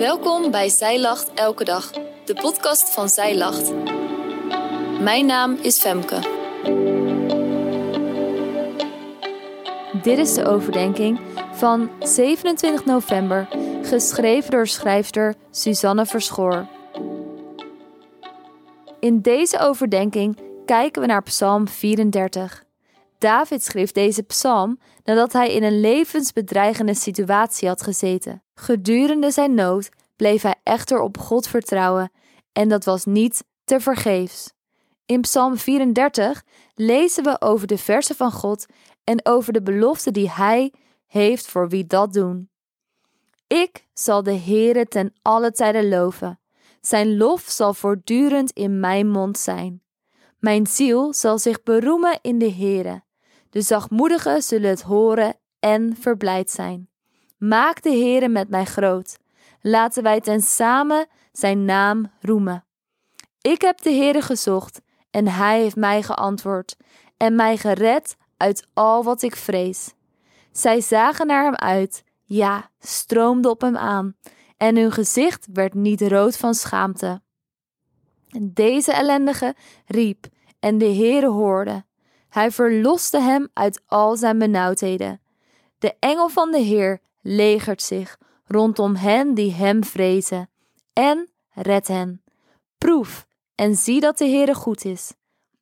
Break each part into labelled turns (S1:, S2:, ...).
S1: Welkom bij Zij Lacht Elke Dag, de podcast van Zij Lacht. Mijn naam is Femke. Dit is de overdenking van 27 november, geschreven door schrijfster Suzanne Verschoor. In deze overdenking kijken we naar Psalm 34. David schreef deze psalm nadat hij in een levensbedreigende situatie had gezeten. Gedurende zijn nood bleef hij echter op God vertrouwen en dat was niet tevergeefs. In Psalm 34 lezen we over de verzen van God en over de belofte die Hij heeft voor wie dat doen. Ik zal de Heere ten alle tijden loven. Zijn lof zal voortdurend in mijn mond zijn. Mijn ziel zal zich beroemen in de Heere. De zachtmoedigen zullen het horen en verblijd zijn. Maak de Heere met mij groot. Laten wij tezamen zijn naam roemen. Ik heb de Heere gezocht en Hij heeft mij geantwoord en mij gered uit al wat ik vrees. Zij zagen naar hem uit, ja, stroomden op hem aan en hun gezicht werd niet rood van schaamte. En deze ellendige riep en de Heere hoorde. Hij verloste hem uit al zijn benauwdheden. De engel van de Heer legert zich rondom hen die hem vrezen en redt hen. Proef en zie dat de Heere goed is.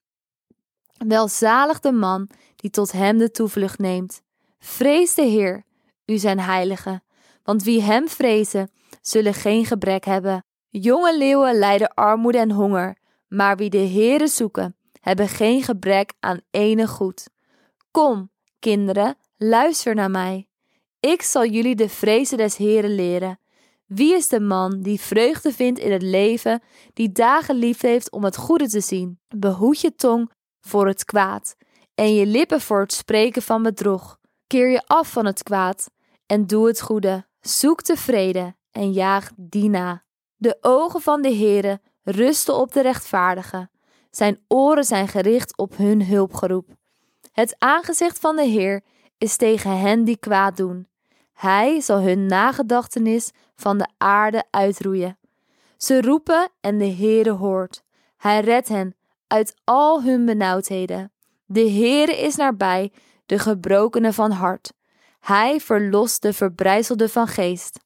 S1: Welzalig de man die tot hem de toevlucht neemt. Vrees de Heer, u zijn heilige, want wie hem vrezen, zullen geen gebrek hebben. Jonge leeuwen lijden armoede en honger, maar wie de Heere zoeken, hebben geen gebrek aan enig goed. Kom, kinderen, luister naar mij. Ik zal jullie de vrezen des Heeren leren. Wie is de man die vreugde vindt in het leven, die dagen lief heeft om het goede te zien? Behoed je tong voor het kwaad en je lippen voor het spreken van bedrog. Keer je af van het kwaad en doe het goede. Zoek de vrede en jaag die na. De ogen van de Heere rusten op de rechtvaardigen. Zijn oren zijn gericht op hun hulpgeroep. Het aangezicht van de Heer is tegen hen die kwaad doen. Hij zal hun nagedachtenis van de aarde uitroeien. Ze roepen en de Heere hoort. Hij redt hen uit al hun benauwdheden. De Heere is nabij de gebrokenen van hart. Hij verlost de verbrijzelden van geest.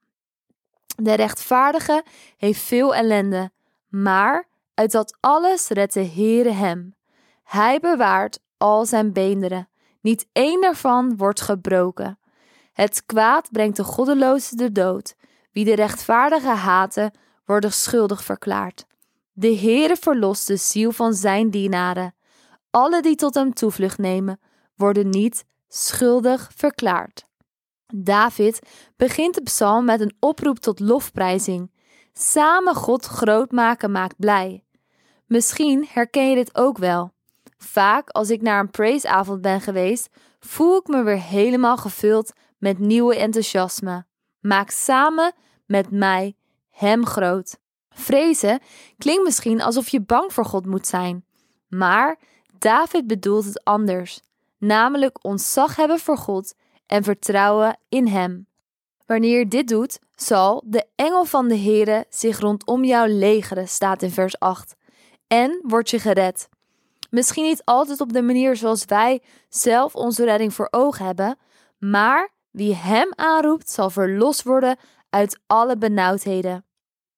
S1: De rechtvaardige heeft veel ellende, maar uit dat alles redt de Heere hem. Hij bewaart al zijn beenderen. Niet één daarvan wordt gebroken. Het kwaad brengt de goddeloze de dood. Wie de rechtvaardige haten, wordt schuldig verklaard. De Heere verlost de ziel van zijn dienaren. Alle die tot hem toevlucht nemen, worden niet schuldig verklaard. David begint de psalm met een oproep tot lofprijzing. Samen God groot maken maakt blij. Misschien herken je dit ook wel. Vaak als ik naar een praise-avond ben geweest, voel ik me weer helemaal gevuld met nieuwe enthousiasme. Maak samen met mij hem groot. Vrezen klinkt misschien alsof je bang voor God moet zijn. Maar David bedoelt het anders. Namelijk ontzag hebben voor God en vertrouwen in hem. Wanneer je dit doet, zal de engel van de Heere zich rondom jou legeren, staat in vers 8. En word je gered. Misschien niet altijd op de manier zoals wij zelf onze redding voor ogen hebben, maar wie hem aanroept zal verlost worden uit alle benauwdheden.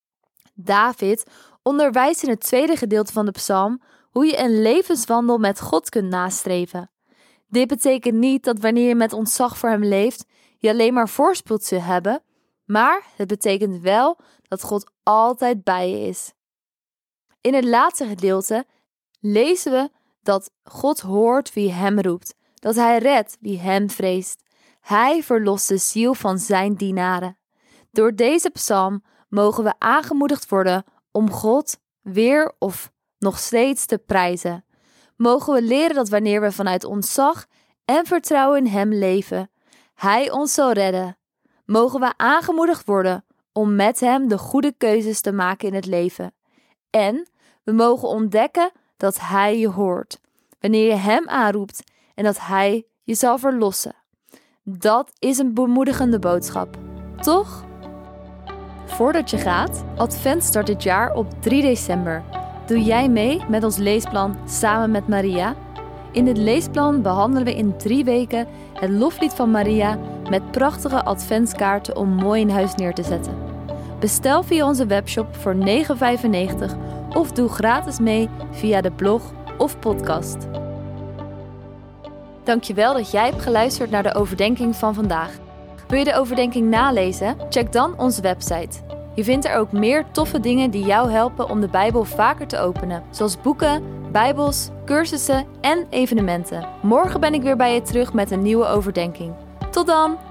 S1: David onderwijst in het tweede gedeelte van de psalm hoe je een levenswandel met God kunt nastreven. Dit betekent niet dat wanneer je met ontzag voor hem leeft, je alleen maar voorspoed zult hebben, maar het betekent wel dat God altijd bij je is. In het laatste gedeelte lezen we dat God hoort wie hem roept, dat hij redt wie hem vreest. Hij verlost de ziel van zijn dienaren. Door deze psalm mogen we aangemoedigd worden om God weer of nog steeds te prijzen. Mogen we leren dat wanneer we vanuit ontzag en vertrouwen in hem leven, hij ons zal redden. Mogen we aangemoedigd worden om met hem de goede keuzes te maken in het leven. En we mogen ontdekken dat hij je hoort, wanneer je hem aanroept en dat hij je zal verlossen. Dat is een bemoedigende boodschap, toch? Voordat je gaat, Advent start dit jaar op 3 december. Doe jij mee met ons leesplan Samen met Maria? In dit leesplan behandelen we in 3 weken het loflied van Maria met prachtige adventskaarten om mooi in huis neer te zetten. Bestel via onze webshop voor €9,95 of doe gratis mee via de blog of podcast. Dankjewel dat jij hebt geluisterd naar de overdenking van vandaag. Wil je de overdenking nalezen? Check dan onze website. Je vindt er ook meer toffe dingen die jou helpen om de Bijbel vaker te openen. Zoals boeken, bijbels, cursussen en evenementen. Morgen ben ik weer bij je terug met een nieuwe overdenking. Tot dan!